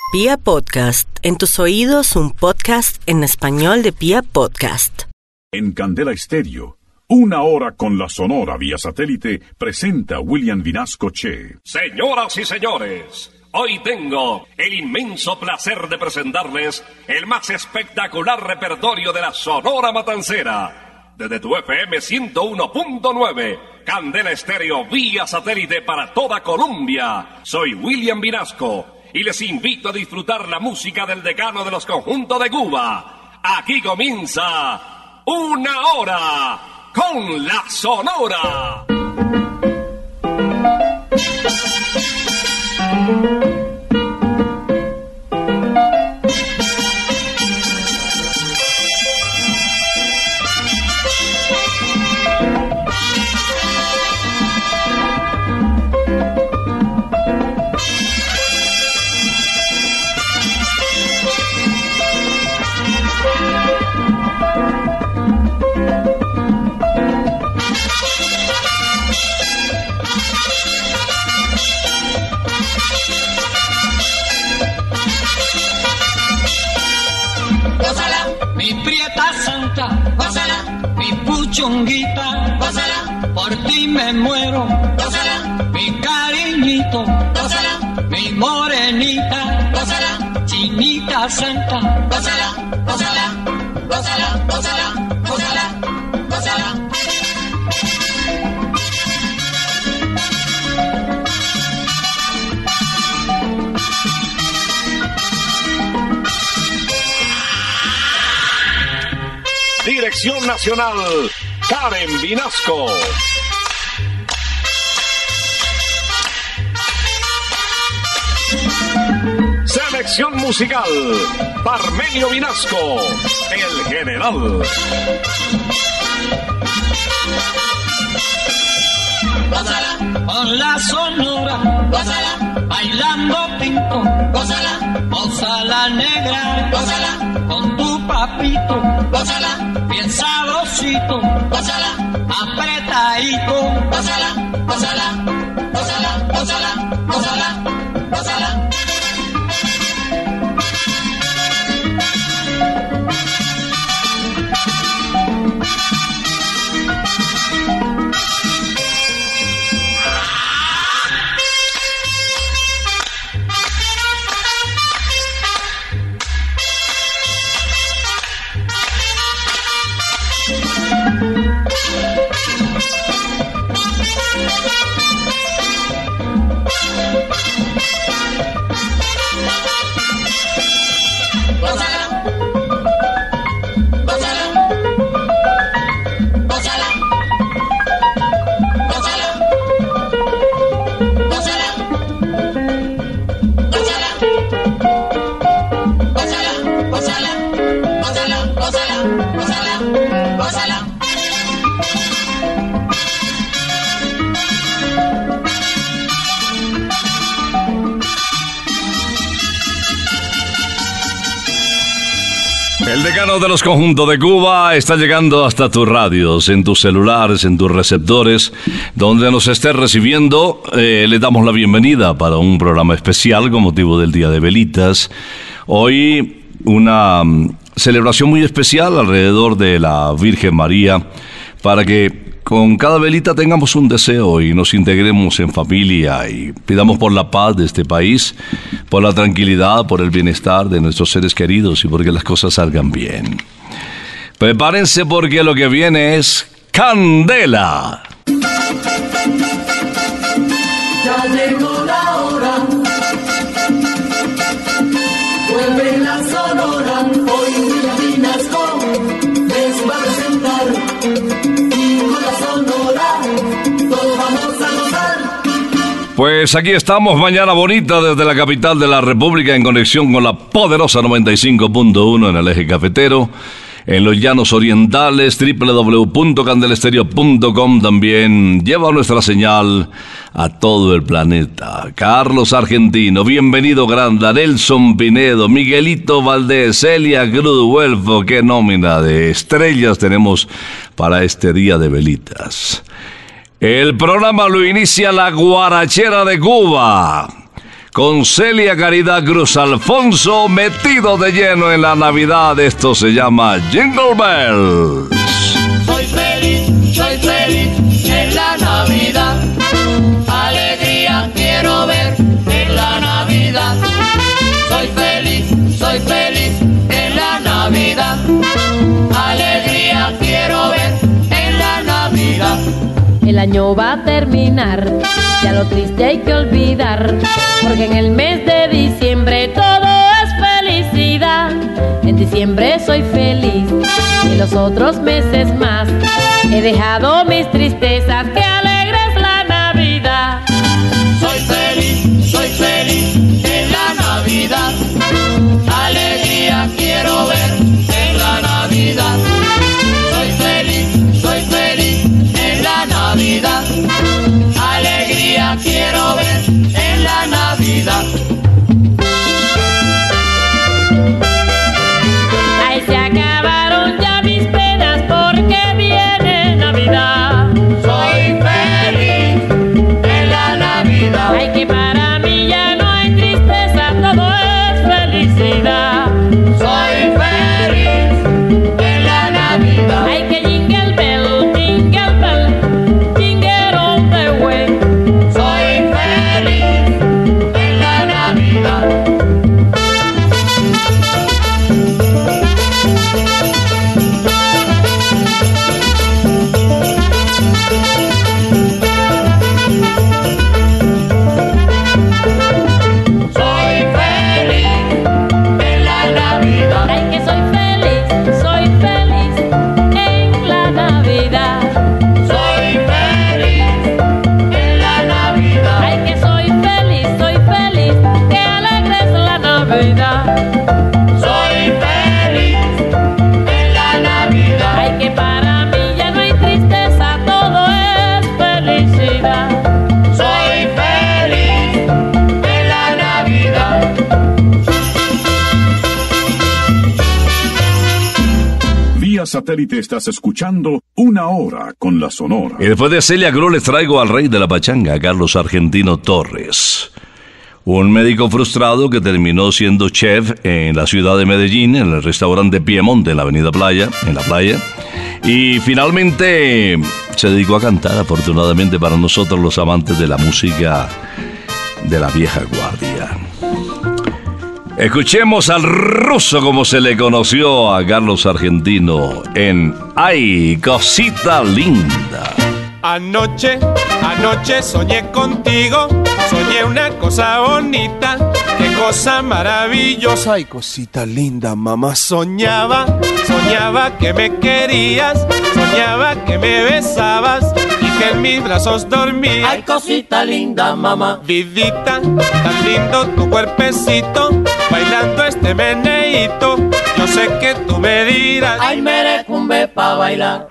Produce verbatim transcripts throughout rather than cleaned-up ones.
Pia Podcast, en tus oídos un podcast en español de Pia Podcast. En Candela Estéreo, una hora con la Sonora vía satélite, presenta William Vinasco Che. Señoras y señores, hoy tengo el inmenso placer de presentarles el más espectacular repertorio de la Sonora Matancera. Desde tu F M ciento uno punto nueve, Candela Estéreo vía satélite para toda Colombia. Soy William Vinasco y les invito a disfrutar la música del decano de los conjuntos de Cuba. Aquí comienza Una Hora con la Sonora. Mi prieta santa, gózala, mi puchonguita, gózala, por ti me muero, gózala, mi cariñito, gózala, mi morenita, gózala, chinita santa, gózala, gózala, gózala, gózala, gózala, gózala. Dirección Nacional, Karen Vinasco. Selección musical, Parmenio Vinasco, el general. Gózala, con la Sonora, gózala, bailando pinto, gózala, gózala negra, gózala, con tu papito, gózala, bien sabrosito, gózala, apretadito, gózala, gózala, gózala, gózala, gózala, gózala. El decano de los conjuntos de Cuba está llegando hasta tus radios, en tus celulares, en tus receptores, donde nos estés recibiendo. Eh, le damos la bienvenida para un programa especial con motivo del Día de Velitas. Hoy una um, celebración muy especial alrededor de la Virgen María, para que con cada velita tengamos un deseo y nos integremos en familia y pidamos por la paz de este país, por la tranquilidad, por el bienestar de nuestros seres queridos y porque las cosas salgan bien. Prepárense porque lo que viene es Candela. Ya llegó la hora, vuelve la Sonora, hoy William Vinasco les va a presentar. Pues aquí estamos, mañana bonita desde la capital de la República, en conexión con la poderosa noventa y cinco punto uno en el eje cafetero, en los llanos orientales, doble u doble u doble u punto candelestereo punto com. También lleva nuestra señal a todo el planeta. Carlos Argentino, bienvenido Granda, Nelson Pinedo, Miguelito Valdés, Celia Cruz, Huelfo, qué nómina de estrellas tenemos para este día de velitas. El programa lo inicia la Guarachera de Cuba, con Celia Caridad Cruz Alfonso, metido de lleno en la Navidad. Esto se llama Jingle Bells. Soy feliz, soy feliz en la Navidad. Alegría quiero ver en la Navidad. Soy feliz, soy feliz en la Navidad. Alegría quiero ver en la Navidad. El año va a terminar, ya lo triste hay que olvidar, porque en el mes de diciembre todo es felicidad. En diciembre soy feliz y los otros meses más he dejado mis tristezas, que alegre es la Navidad. Soy feliz, soy feliz en la Navidad. Alegría quiero ver en la Navidad. Soy feliz, soy feliz en la Navidad. Alegría quiero ver en la Navidad. Ay, se acabaron ya mis penas porque viene Navidad. Soy feliz en la Navidad. Ay, que para mí ya no hay tristeza, todo es felicidad. Soy feliz en la Navidad. Ay, que jingle bell, jingle bell, jingle all the way. Soy feliz en la Navidad. Soy feliz en la Navidad. Ay, que soy feliz, soy feliz en la Navidad. Soy feliz en la Navidad. Ay, que soy feliz, soy feliz, que alegre es la Navidad. Soy feliz en la Navidad. Ay, que para mí ya no hay tristeza, todo es felicidad. Soy feliz en la Navidad. Vía satélite estás escuchando Una Hora con la Sonora. Y después de Celia Cruz les traigo al rey de la pachanga, a Carlos Argentino Torres. Un médico frustrado que terminó siendo chef en la ciudad de Medellín, en el restaurante Piemonte, en la avenida Playa, en la playa. Y finalmente se dedicó a cantar, afortunadamente para nosotros los amantes de la música de la vieja guardia. Escuchemos al ruso como se le conoció a Carlos Argentino en Ay, cosita linda. Anoche, anoche soñé contigo, soñé una cosa bonita, qué cosa maravillosa. Ay, cosita linda, mamá. Soñaba, soñaba que me querías, soñaba que me besabas y que en mis brazos dormías. Ay, cosita linda, mamá. Vidita, tan lindo tu cuerpecito, bailando este meneíto. Yo sé que tú me dirás, Ay, merecumbe pa' bailar.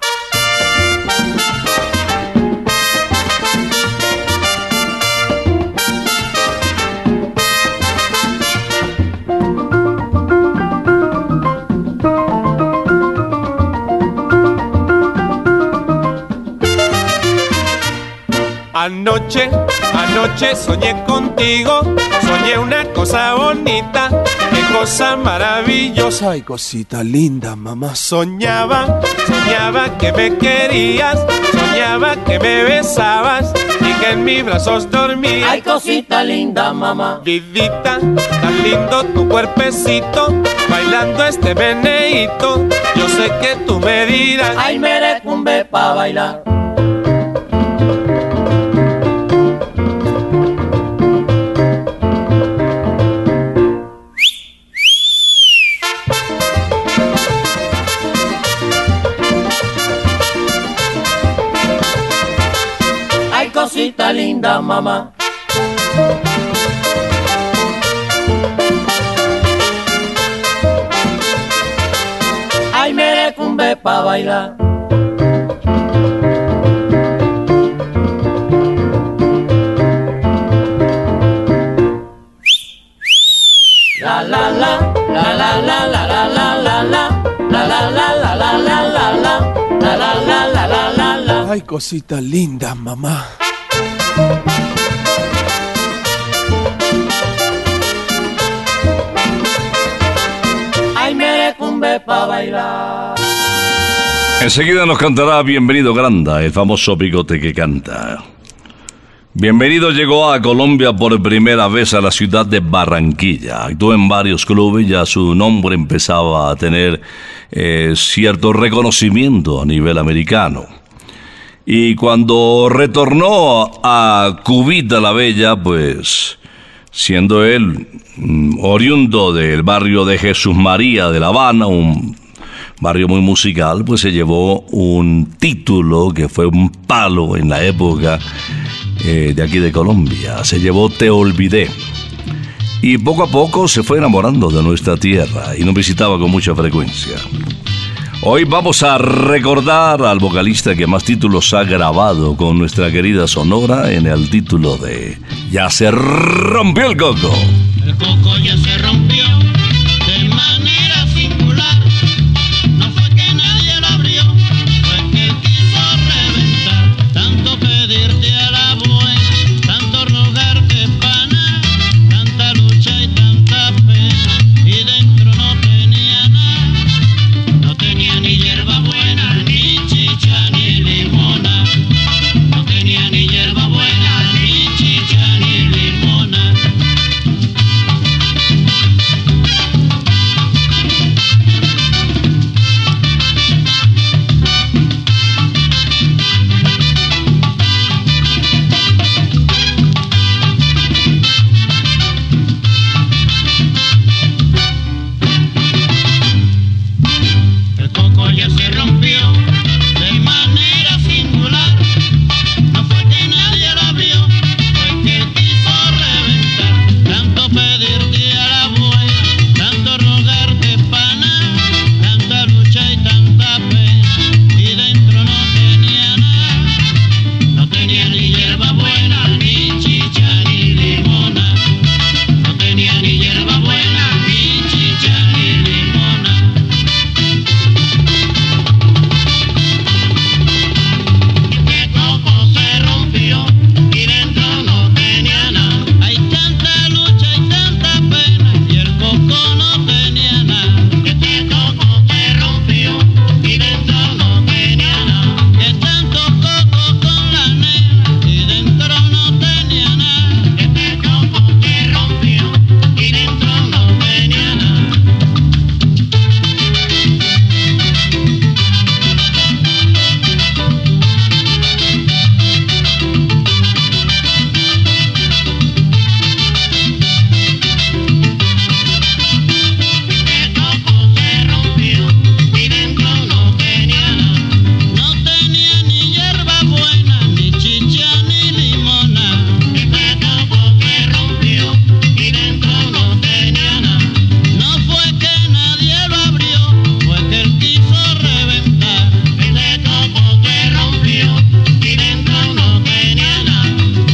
Anoche, anoche soñé contigo, soñé una cosa bonita, qué cosa maravillosa. Ay, cosita linda, mamá. Soñaba, soñaba que me querías, soñaba que me besabas y que en mis brazos dormías. Ay, cosita linda, mamá. Vidita, tan lindo tu cuerpecito, bailando este meneíto. Yo sé que tú me dirás, Ay, merecumbe pa' bailar. Ay, cosita linda, mamá. Ay, merecumbe pa' bailar. La la la, la la la la la la la la, la la la la la la la la, la la la la la la la. ay, cosita linda, mamá. hombre pa' bailar. Enseguida nos cantará Bienvenido Granda, el famoso bigote que canta. Bienvenido llegó a Colombia por primera vez a la ciudad de Barranquilla. Actuó en varios clubes, ya su nombre empezaba a tener eh, cierto reconocimiento a nivel americano. Y cuando retornó a Cubita la Bella, pues siendo él mm, oriundo del barrio de Jesús María de La Habana, un barrio muy musical, pues se llevó un título que fue un palo en la época eh, de aquí de Colombia. Se llevó Te Olvidé. Y poco a poco se fue enamorando de nuestra tierra y nos visitaba con mucha frecuencia. Hoy vamos a recordar al vocalista que más títulos ha grabado con nuestra querida Sonora en el título de Ya se rompió el coco. El coco ya se rompió de manera singular. No fue que nadie lo abrió, fue que él quiso reventar. Tanto pedirte a la buena, tanto rogarte pana, tanta lucha y tanta pena, y dentro no tenía nada. No tenía ni hierba buena, ni chicha, ni limona. No tenía ni hierba buena, ni chicha, ni limona. El coco ya se rompió de manera singular. No fue que nadie lo abrió, fue que él quiso reventar. Tanto pedirte a la buena, tanto rogarte pana, tanta lucha y tanta pena, y dentro no tenía nada. No tenía ni hierba buena, ni chicha, ni limona. No tenía ni hierba buena, ni chicha, ni limona. Este coco se rompió y dentro no tenía nada. Hay tanta lucha y tanta pena y el coco no tenía nada. Este coco se rompió y dentro no tenía nada. Que tanto coco con la negra y dentro no tenía nada. Este coco se rompió y dentro no tenía nada. Este coco se rompió y dentro no tenía nada. No tenía ni hierba buena, ni chicha, ni limona. Este coco se rompió y dentro no tenía nada. No fue que nadie lo abrió, fue que él quiso reventar. Este coco se rompió y dentro no tenía nada.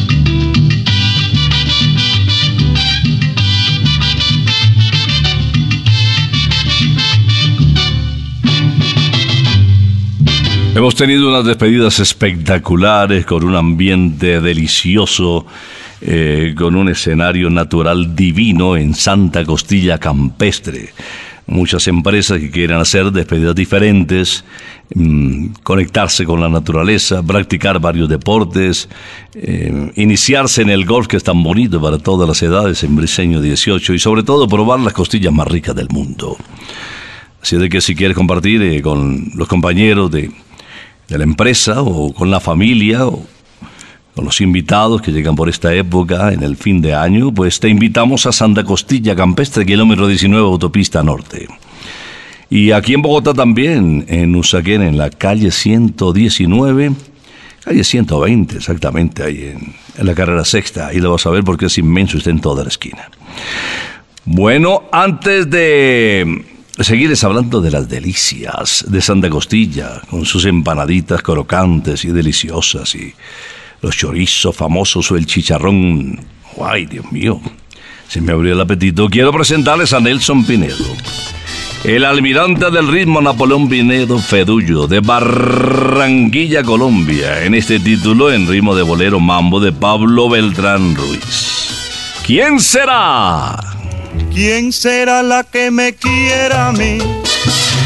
Hemos tenido unas despedidas espectaculares, con un ambiente delicioso, eh, con un escenario natural divino en Santa Costilla Campestre. Muchas empresas que quieren hacer despedidas diferentes, mmm, conectarse con la naturaleza, practicar varios deportes, eh, iniciarse en el golf, que es tan bonito para todas las edades, en Briceño dieciocho, y sobre todo probar las costillas más ricas del mundo. Así de que si quieres compartir eh, con los compañeros de, de la empresa, o con la familia, o con los invitados que llegan por esta época en el fin de año, pues te invitamos a Santa Costilla Campestre, kilómetro diecinueve, autopista norte. Y aquí en Bogotá también, en Usaquén, en la calle ciento diecinueve, calle ciento veinte exactamente, ahí en, en la carrera sexta. Ahí lo vas a ver porque es inmenso, está en toda la esquina. Bueno, antes de seguirles hablando de las delicias de Santa Costilla, con sus empanaditas crocantes y deliciosas, y los chorizos famosos o el chicharrón. ¡Ay, Dios mío! Se me abrió el apetito. Quiero presentarles a Nelson Pinedo, el almirante del ritmo Napoleón Pinedo Fedullo, de Barranquilla, Colombia, en este título en ritmo de bolero mambo de Pablo Beltrán Ruiz. ¿Quién será? ¿Quién será la que me quiera a mí?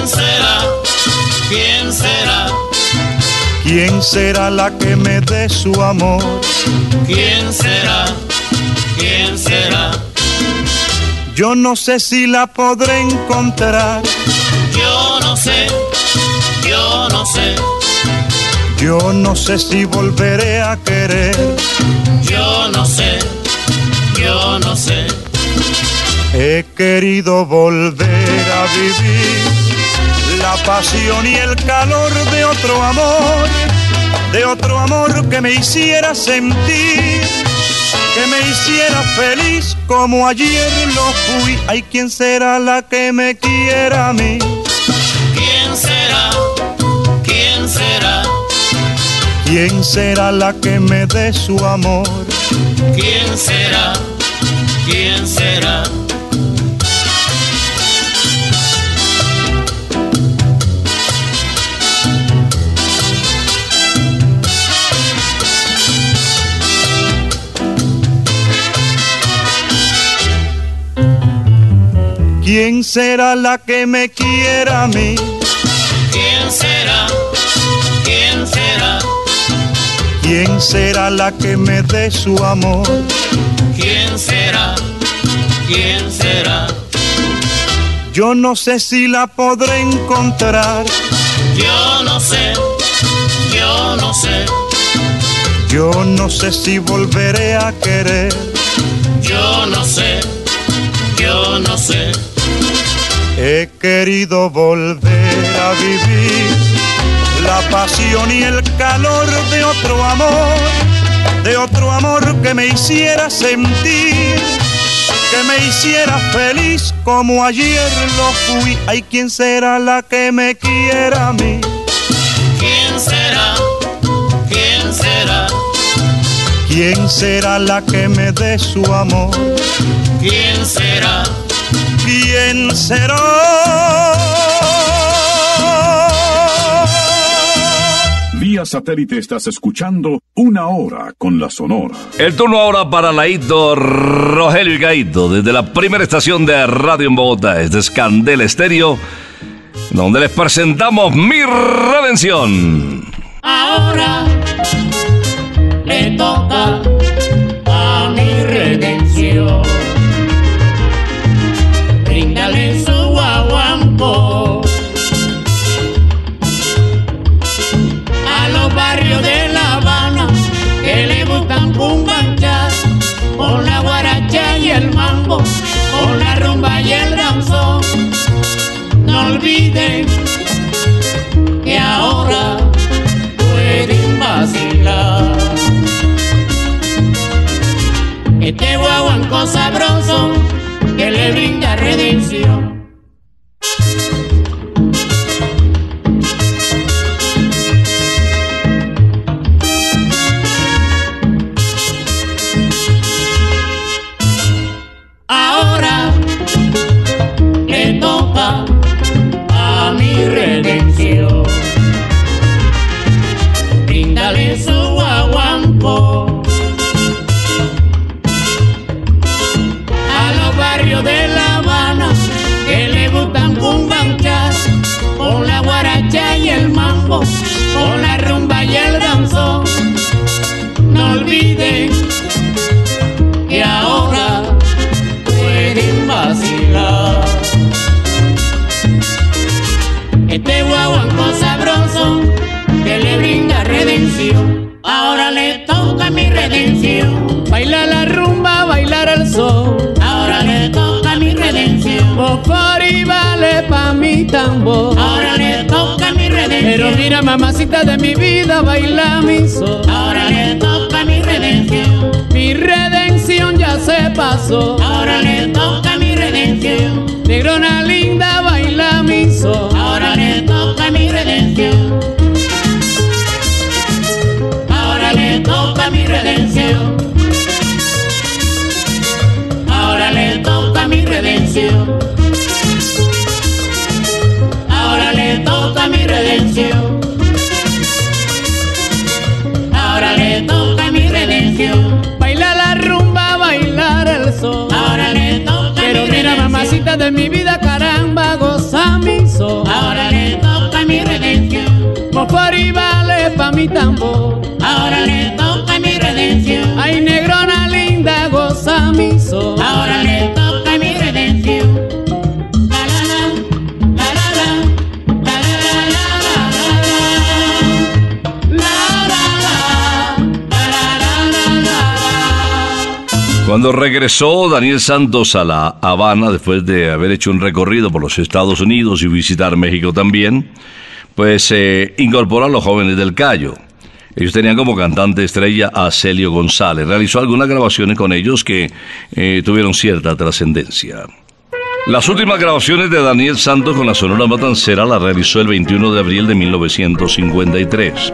¿Quién será? ¿Quién será? ¿Quién será la que me dé su amor? ¿Quién será? ¿Quién será? Yo no sé si la podré encontrar. Yo no sé, yo no sé. Yo no sé si volveré a querer. Yo no sé, yo no sé. He querido volver a vivir la pasión y el calor de otro amor, de otro amor que me hiciera sentir, que me hiciera feliz como ayer lo fui. Ay, ¿quién será la que me quiera a mí? ¿Quién será? ¿Quién será? ¿Quién será la que me dé su amor? ¿Quién será? ¿Quién será? ¿Quién será la que me quiera a mí? ¿Quién será? ¿Quién será? ¿Quién será la que me dé su amor? ¿Quién será? ¿Quién será? Yo no sé si la podré encontrar. Yo no sé, yo no sé. Yo no sé si volveré a querer. Yo no sé, yo no sé. He querido volver a vivir la pasión y el calor de otro amor, de otro amor que me hiciera sentir, que me hiciera feliz como ayer lo fui. Ay, ¿quién será la que me quiera a mí? ¿Quién será? ¿Quién será? ¿Quién será la que me dé su amor? ¿Quién será? ¿Quién será? Vía satélite estás escuchando Una Hora con la Sonora. El turno ahora para Laito, Rogelio y Gaito, desde la primera estación de radio en Bogotá, es de Candela Estéreo, donde les presentamos Mi Redención. Ahora le toca a mi redención. Bríndale su guaguancó a los barrios de La Habana que le gustan cumbanchas, con la guaracha y el mambo, con la rumba y el danzón. No olviden que ahora pueden vacilar. Este guaguancó sabroso que le brinda redención. Ahora le toca a mi redención. Bríndale su guaguancó a los barrios de La Habana que le gustan cumbanchas, con la guaracha y el mambo, con la rumba y el danzón. No olviden que ahora pueden vacilar. Este guaguancó sabroso que le brinda redención. Ahora le toca mi redención. Baila la rumba, bailar el sol. Ahora le toca mi redención. Bocori vale pa' mi tambor. Ahora le toca mi redención. Pero mira, mamacita de mi vida, baila mi sol. Ahora le toca mi redención. Mi redención ya se pasó. Ahora le toca mi redención. Negrona linda, baila mi sol. Ahora le toca mi redención. Ahora le toca mi redención. Ahora le toca mi redención. Ahora le toca mi redención. Ahora le toca mi redención. Baila la rumba, bailar el sol. Ahora le toca. Pero mi mira, redención. Mamacita de mi vida, caramba, goza mi sol. Ahora mi tambor. Ahora le toca mi redención. Ay, negrona linda, goza mi sol. Ahora le toca mi redención. La la la, la la la, la la la la la la la. Cuando regresó Daniel Santos a La Habana, después de haber hecho un recorrido por los Estados Unidos y visitar México también, pues eh, incorporó a los Jóvenes del Cayo. Ellos tenían como cantante estrella a Celio González. Realizó algunas grabaciones con ellos que eh, tuvieron cierta trascendencia. Las últimas grabaciones de Daniel Santos con la Sonora Matancera las realizó el veintiuno de abril de mil novecientos cincuenta y tres.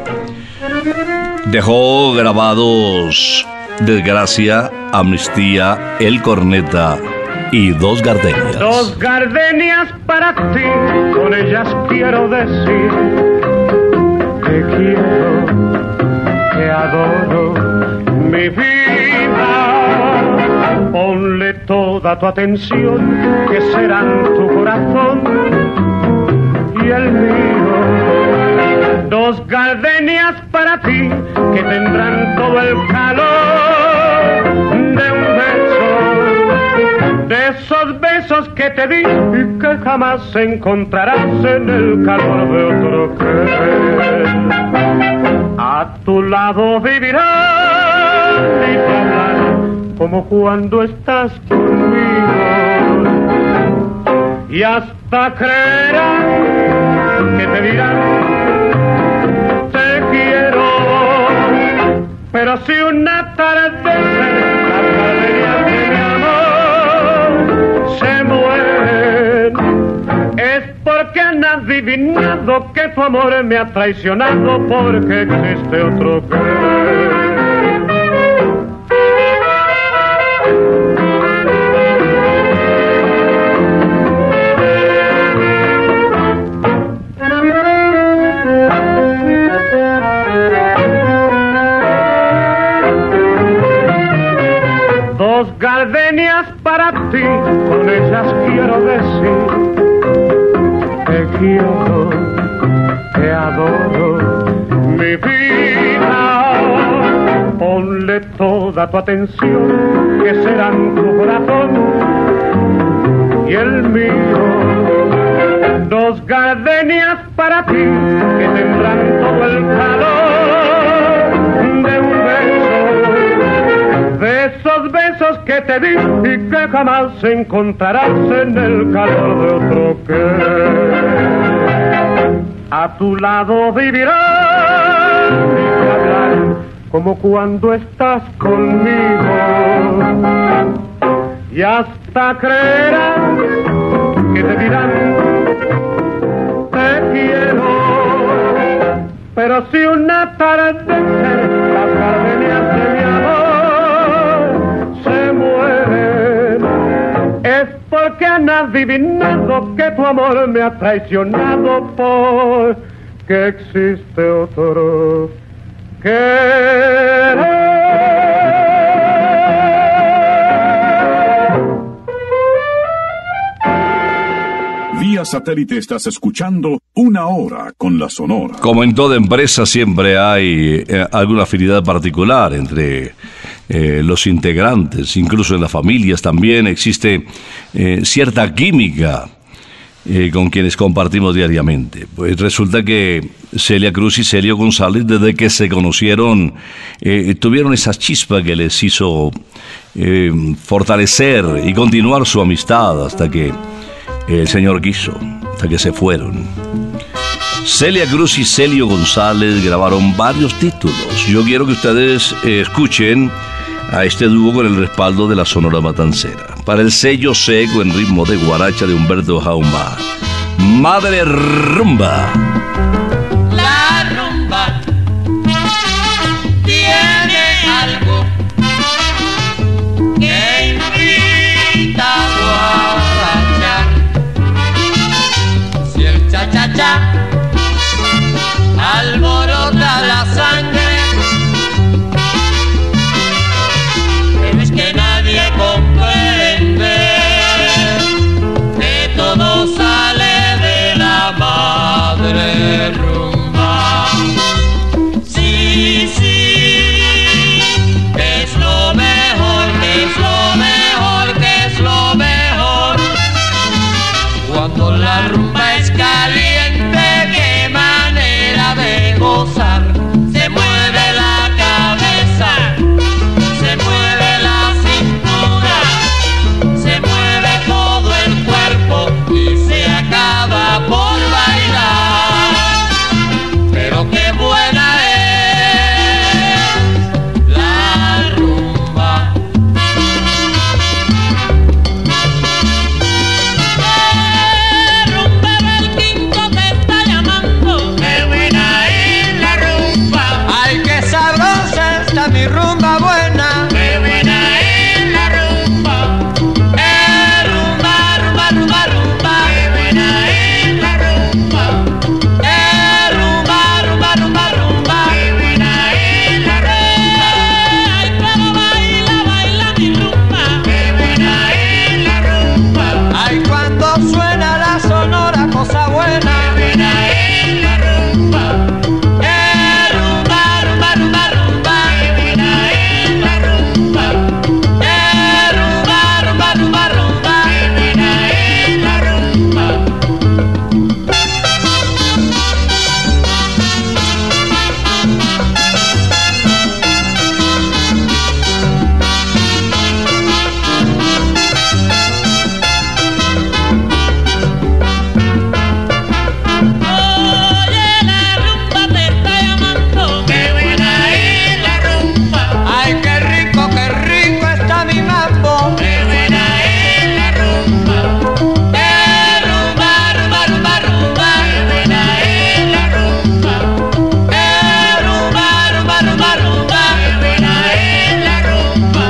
Dejó grabados Desgracia, Amnistía, El Corneta y Dos Gardenias. Dos gardenias para ti, con ellas quiero decir que quiero, que adoro mi vida. Ponle toda tu atención, que serán tu corazón y el mío. Dos gardenias para ti, que tendrán todo el calor de un beso, de esos besos que te di y que jamás encontrarás en el calor de otro querer. A tu lado vivirás y te hablarán como cuando estás conmigo, y hasta creerán que te dirán te quiero. Pero si una tarde las gardenias de mi amor se mueren, es porque han adivinado que tu amor me ha traicionado, porque existe otro querer. Dos gardenias para ti, con ellas quiero decir que quiero, que adoro mi vida. Ponle toda tu atención, que serán tu corazón y el mío. Dos gardenias para ti, que tendrán todo el calor de un beso, de esos besos que te di y que jamás encontrarás en el calor de otro querer. A tu lado vivirás y te hablarán como cuando estás conmigo, y hasta creerán que te dirán te quiero. Pero si una tarde las gardenias de mi amor se mueren, es porque han adivinado que tu amor me ha traicionado, porque existe otro querer. Vía satélite estás escuchando Una Hora con la Sonora. Como en toda empresa siempre hay eh, alguna afinidad particular entre eh, los integrantes, incluso en las familias también existe eh, cierta química eh, con quienes compartimos diariamente. Pues resulta que Celia Cruz y Celio González, desde que se conocieron, eh, tuvieron esa chispa que les hizo eh, fortalecer y continuar su amistad hasta que el Señor quiso, hasta que se fueron. Celia Cruz y Celio González grabaron varios títulos. Yo quiero que ustedes eh, escuchen a este dúo con el respaldo de la Sonora Matancera. Para el sello seco en ritmo de guaracha de Humberto Jauma, Madre Rumba. La rumba tiene algo que invita a guarachar. Si el cha-cha-cha alborota la sangre, pero es que nadie comprende que todo sale de la madre. La rumba es caliente, qué manera de gozar. Se mueve la cabeza, se mueve la cintura, se mueve todo el cuerpo y se acaba por bailar. Pero qué buena es la rumba. Eh, rumbero, el quinto te está llamando. Qué buena es la rumba. Ay, qué sabrosa está mi rumba buena. Qué buena es la rumba. Eh, rumba, rumba, rumba, rumba. Qué buena es la rumba. Eh, rumba, rumba, rumba, rumba. Qué buena es la rumba. Ay, pero baila, baila mi rumba. Qué buena es la rumba. Ay, cuando suena la sonora cosa buena. Qué buena es la rumba. Eh, rumba, rumba, rumba, rumba. Qué buena es la rumba. Eh, rumba, rumba, rumba, rumba. Qué buena es la rumba. Oye, la rumba te está llamando. Qué buena es la rumba. Ay, qué rico, qué rico está mi mambo. Qué buena es la rumba. Eh, rumba, rumba, rumba, rumba. Qué buena es la rumba. Eh, rumba, rumba, rumba, rumba. Qué buena es la rumba.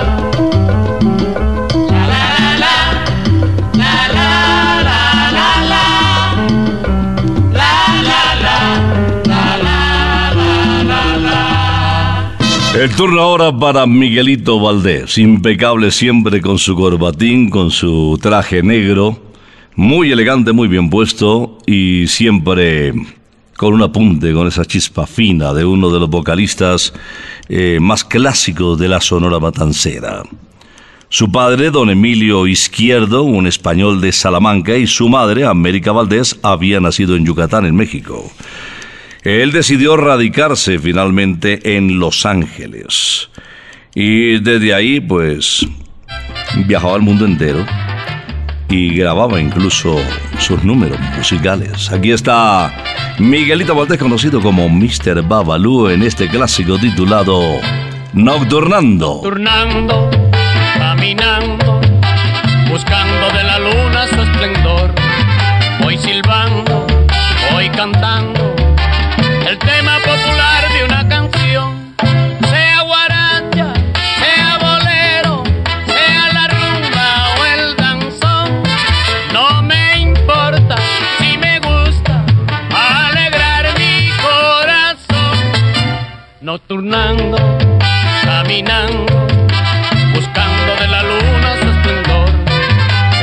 La la la la, la la la la la. La la la, la la la la la. El turno ahora para Miguelito Valdés, impecable siempre con su corbatín, con su traje negro, muy elegante, muy bien puesto y siempre con un apunte, con esa chispa fina de uno de los vocalistas eh, más clásicos de la Sonora Matancera. Su padre, don Emilio Izquierdo, un español de Salamanca, y su madre, América Valdés, había nacido en Yucatán, en México. Él decidió radicarse finalmente en Los Ángeles. Y desde ahí, pues, viajaba al mundo entero y grababa incluso sus números musicales. Aquí está Miguelito Valdés, conocido como mister Babalú, en este clásico titulado Nocturnando. Turnando, caminando, buscando de la luna su esplendor. Voy silbando, voy cantando el tema popular de una canción. Sea guaracha, sea bolero, sea la rumba o el danzón. No me importa si me gusta alegrar mi corazón. Nocturnando, caminando, buscando de la luna su esplendor.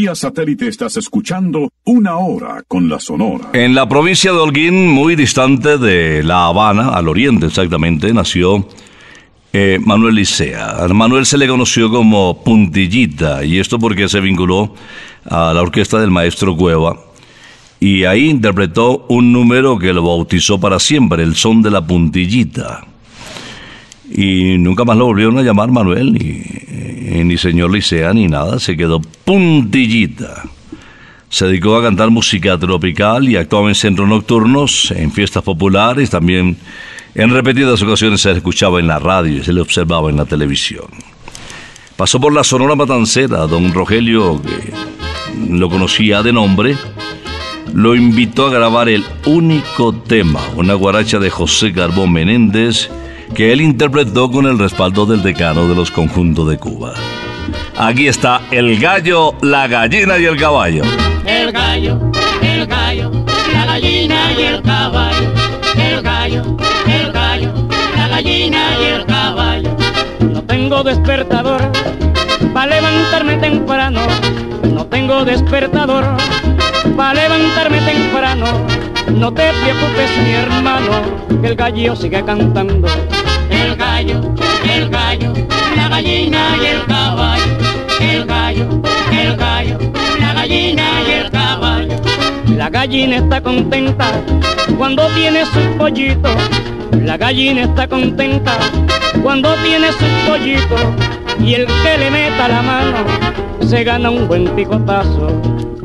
vía satélite estás escuchando Una Hora con la Sonora. En la provincia de Holguín, muy distante de La Habana, al oriente exactamente, nació eh, Manuel Licea. A Manuel se le conoció como Puntillita, y esto porque se vinculó a la orquesta del maestro Cueva, y ahí interpretó un número que lo bautizó para siempre, el son de la puntillita. Y nunca más lo volvieron a llamar Manuel, ni, ni señor Licea, ni nada, se quedó Puntillita. Se dedicó a cantar música tropical y actuaba en centros nocturnos, en fiestas populares, también en repetidas ocasiones se le escuchaba en la radio y se le observaba en la televisión. Pasó por la Sonora Matancera, don Rogelio, que lo conocía de nombre, lo invitó a grabar el único tema, una guaracha de José Carbón Menéndez, que él interpretó con el respaldo del decano de los conjuntos de Cuba. Aquí está el gallo, la gallina y el caballo. El gallo, el gallo, la gallina y el caballo. El gallo, el gallo, la gallina y el caballo. No tengo despertador para levantarme temprano. No tengo despertador para levantarme temprano. No te preocupes, mi hermano, que el gallo sigue cantando. El gallo, el gallo, la gallina y el caballo. El gallo, el gallo, la gallina y el caballo. La gallina está contenta cuando tiene sus pollitos. La gallina está contenta cuando tiene sus pollitos. Y el que le meta la mano se gana un buen picotazo.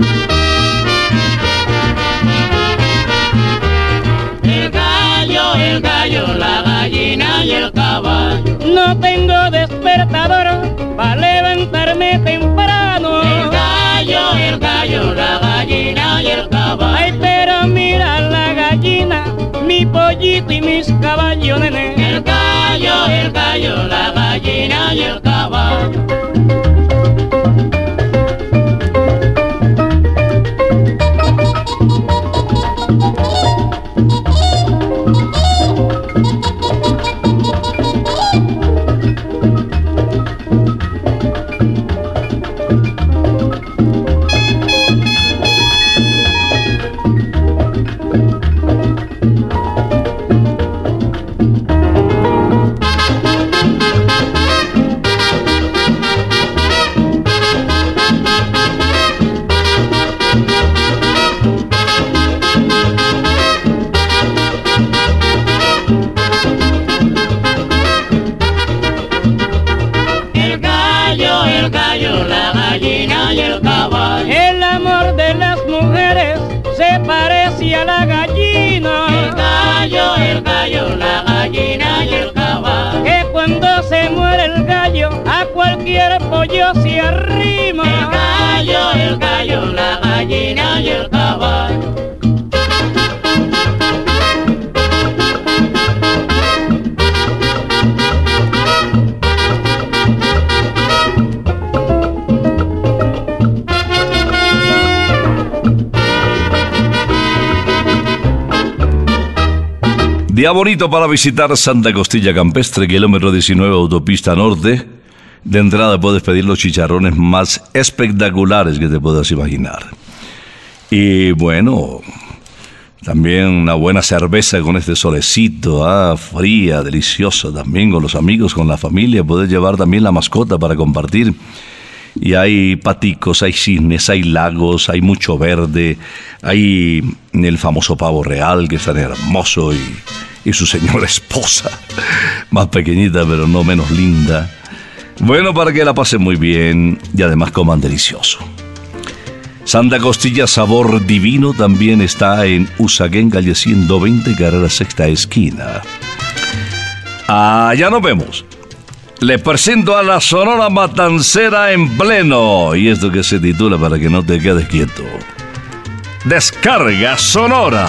El gallo, el gallo, la gallina y el caballo. No tengo despertador para levantarme temprano. El gallo, el gallo, la gallina y el caballo. Ay, pero mira la gallina, mi pollito y mis caballos, nene. El gallo, el gallo, la gallina y el caballo. Pollo se arrima. El gallo, el gallo, la gallina y el caballo. Día bonito para visitar Santa Costilla Campestre, kilómetro diecinueve, autopista norte. De entrada puedes pedir los chicharrones más espectaculares que te puedas imaginar. Y bueno, también una buena cerveza con este solecito, ah, fría, deliciosa también, con los amigos, con la familia. Puedes llevar también la mascota para compartir. Y hay paticos, hay cisnes, hay lagos, hay mucho verde, hay el famoso pavo real que es tan hermoso y, y su señora esposa, más pequeñita pero no menos linda. Bueno, para que la pasen muy bien y además coman delicioso. Santa Costilla Sabor Divino también está en Usaquén, calle ciento veinte, carrera sexta esquina. Allá nos vemos. Les presento a la Sonora Matancera en pleno. Y esto que se titula Para que no te quedes quieto. Descarga Sonora.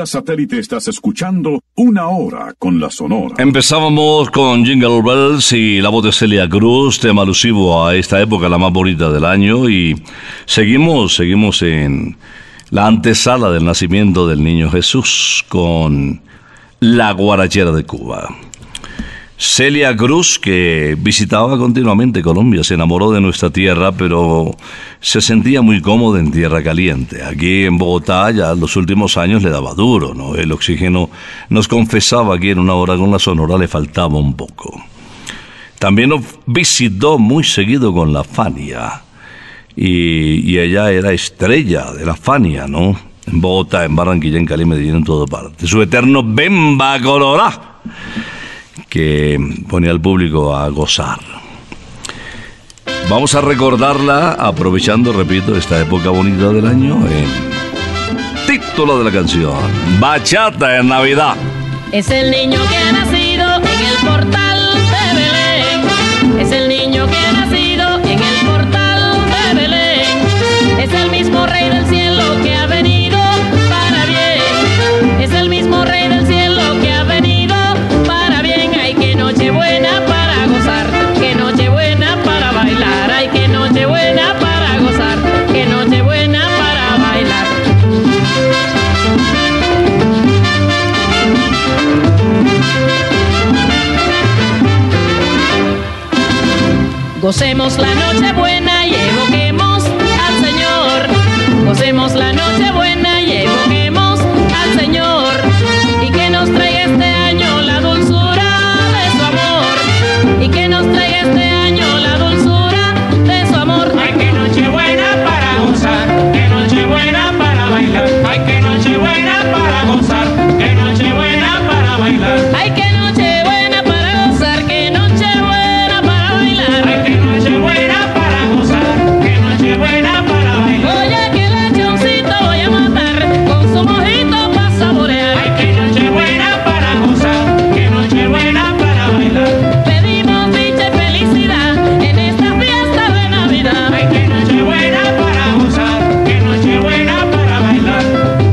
Vía satélite estás escuchando Una Hora con la Sonora. Empezábamos con Jingle Bells y la voz de Celia Cruz, tema alusivo a esta época, la más bonita del año, y seguimos, seguimos en la antesala del nacimiento del niño Jesús con la guarachera de Cuba. Celia Cruz, que visitaba continuamente Colombia, se enamoró de nuestra tierra, pero se sentía muy cómoda en tierra caliente. Aquí en Bogotá ya en los últimos años le daba duro, ¿no? El oxígeno, nos confesaba que en Una Hora con la Sonora le faltaba un poco. También nos visitó muy seguido con la Fania, y, y ella era estrella de la Fania, ¿no? En Bogotá, en Barranquilla, en Cali, Medellín, en toda parte. Su eterno Bemba Colorá, que ponía al público a gozar. Vamos a recordarla aprovechando, repito, esta época bonita del año, en título de la canción, Bachata en Navidad. Es el niño que ha nacido en el portal de Belén. Es el niño que ha nacido en el portal de Belén. Es el mismo rey del cielo que ha venido para bien. Es el mismo rey del cielo que ha venido para bien. Ay, qué noche buena para gozar, qué noche buena para bailar. Ay, qué noche buena para gozar, qué noche buena para bailar. Gocemos la noche buena y evoquemos al Señor. Gocemos la noche buena y evoquemos al Señor. Y que nos traiga este año la dulzura de su amor. Y que nos traiga este año la dulzura de su amor. Ay, qué noche buena para gozar, qué noche buena para bailar. Ay, qué noche buena para gozar, qué noche buena para bailar. Ay, qué noche buena para gozar, qué noche buena para bailar. Ay, qué noche buena para gozar, qué noche buena para bailar. Oye, que lechoncito voy a matar con su mojito para saborear. Ay, qué noche buena para gozar, qué noche buena para bailar. Pedimos dicha y felicidad en esta fiesta de Navidad. Ay, qué noche buena para gozar, qué noche buena para bailar.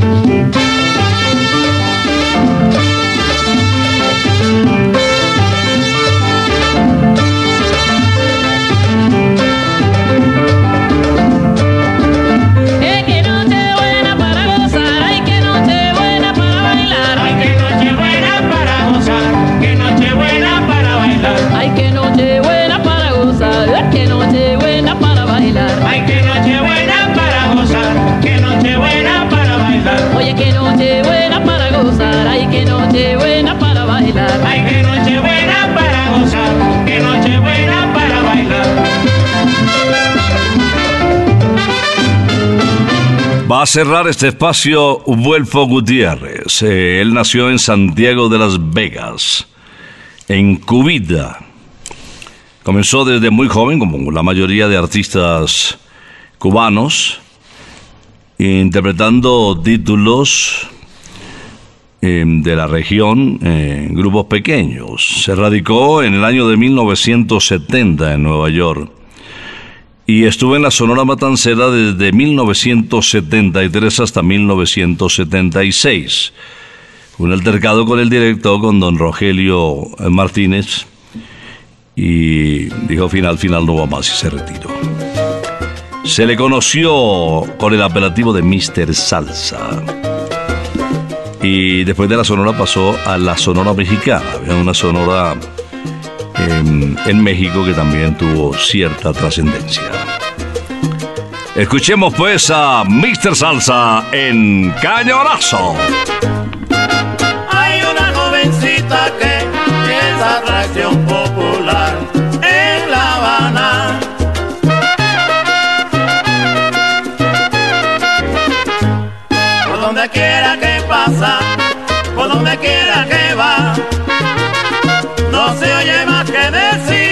Eh, qué noche buena para gozar, ay, qué noche buena para bailar. Ay, qué noche buena para gozar, qué noche buena para bailar. Ay, qué noche buena para gozar, ay, qué noche buena para bailar. Ay, qué noche buena para gozar, qué noche buena para bailar. Oye, qué noche buena para gozar, ay, qué noche buena para bailar. Ay, qué noche buena para gozar, qué noche buena para bailar. Va a cerrar este espacio Vuelfo Gutiérrez. Eh, él nació en Santiago de las Vegas, en Cubita. Comenzó desde muy joven, como la mayoría de artistas cubanos, interpretando títulos eh, de la región eh, en grupos pequeños. Se radicó en el año de mil novecientos setenta en Nueva York y estuvo en la Sonora Matancera desde mil novecientos setenta y tres hasta mil novecientos setenta y seis. Un altercado con el director, con don Rogelio Martínez, y dijo final, final no va más y se retiró. Se le conoció con el apelativo de míster Salsa. Y después de la Sonora pasó a la Sonora Mexicana. Había una Sonora en, en México que también tuvo cierta trascendencia. Escuchemos pues a míster Salsa en Cañonazo. Hay una jovencita que piensa atracción popular en La Habana. Por donde quiera que pasa, por donde quiera que va, no se oye más que decir.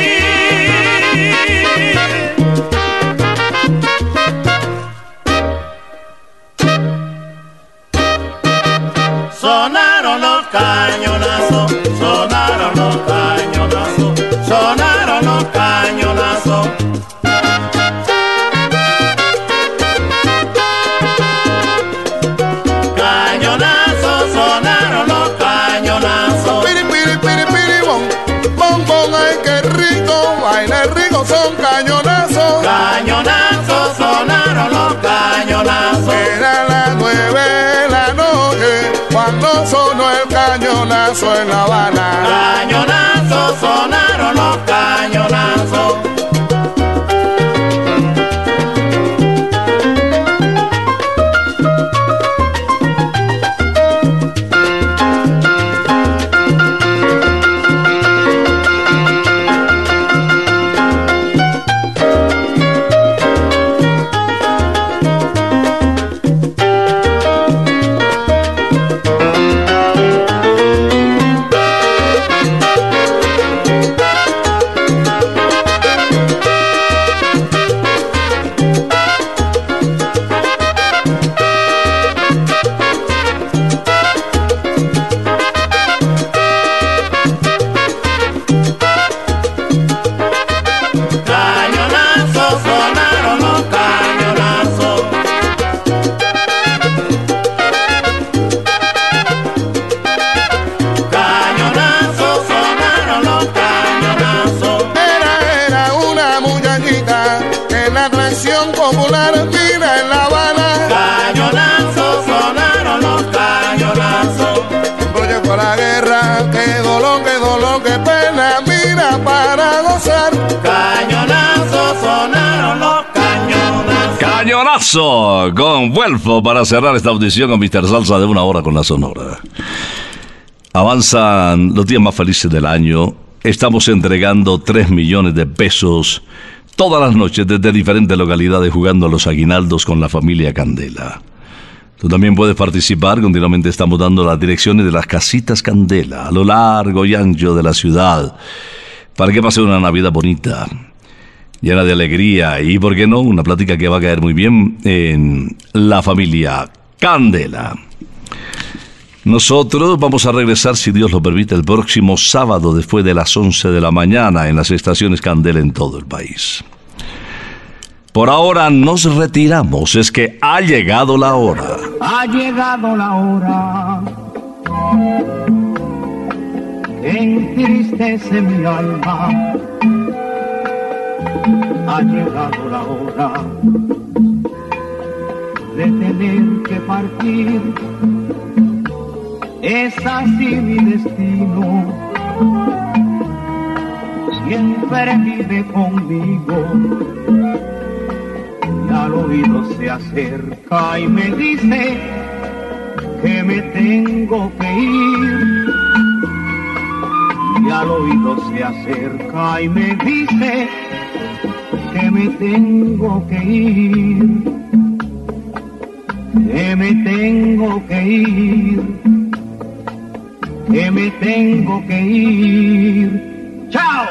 Sonaron los cañonazos, sonaron los cañonazos, sonaron los cañonazos. Cañonazo cañonazo en La Habana. Cañonazos sonaron los cañonazos. Con Vuelvo para cerrar esta audición con mister Salsa de una hora con la Sonora. Avanzan los días más felices del año. Estamos entregando tres millones de pesos todas las noches desde diferentes localidades jugando a los aguinaldos con la familia Candela. Tú también puedes participar. Continuamente estamos dando las direcciones de las casitas Candela a lo largo y ancho de la ciudad para que pase una Navidad bonita, llena de alegría y, ¿por qué no?, una plática que va a caer muy bien en la familia Candela. Nosotros vamos a regresar, si Dios lo permite, el próximo sábado después de las once de la mañana en las estaciones Candela en todo el país. Por ahora nos retiramos, es que ha llegado la hora. Ha llegado la hora que entristece mi alma. Ha llegado la hora de tener que partir. Es así mi destino, siempre vive conmigo. Y al oído se acerca y me dice que me tengo que ir. Y al oído se acerca y me dice que me tengo que ir, que me tengo que ir, que me tengo que ir. ¡Chao!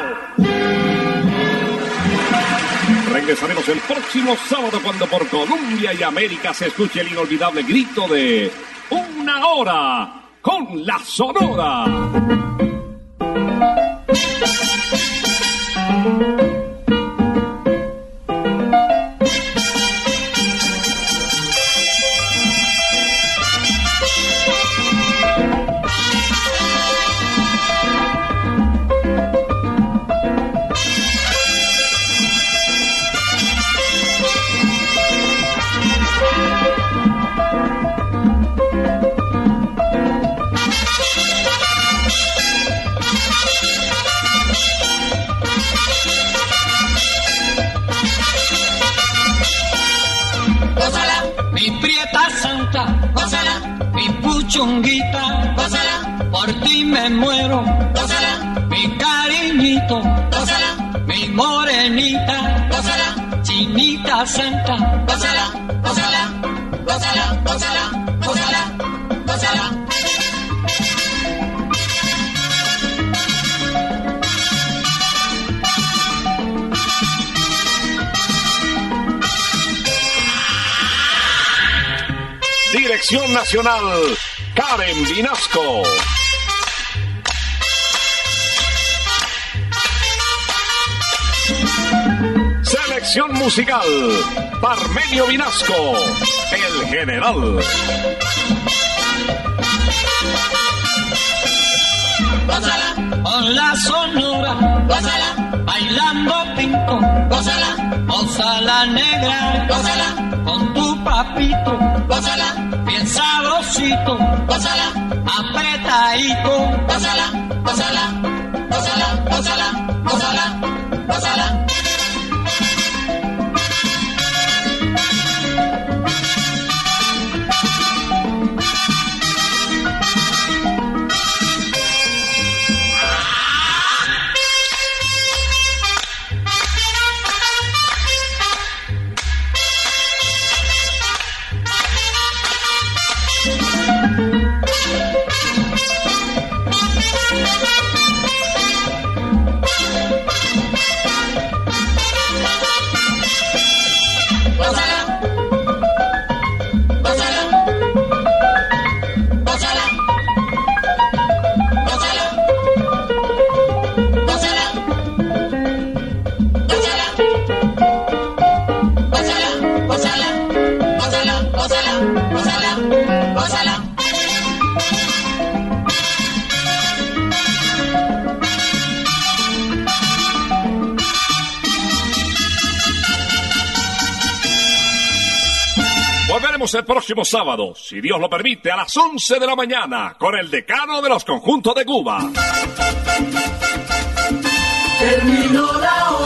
Regresaremos el próximo sábado cuando por Colombia y América se escuche el inolvidable grito de Una Hora con la Sonora. Chunguita, gózala, por ti me muero, gózala, mi cariñito, gózala, mi morenita, gózala, chinita santa, gózala, gózala, gózala, gózala, gózala, gózala. Dirección Nacional, Karen Vinasco. Selección musical, Parmenio Vinasco, el general. Gózala, con la Sonora, gózala, bailando pinto, gózala, gózala negra, gózala, con tu papito, gózala, bien bien sabrosito, gózala, apretadito, gózala, gózala, gózala, gózala, gózala, gózala. Volveremos el próximo sábado, si Dios lo permite, a las once de la mañana, con el decano de los conjuntos de Cuba. Terminó la hora.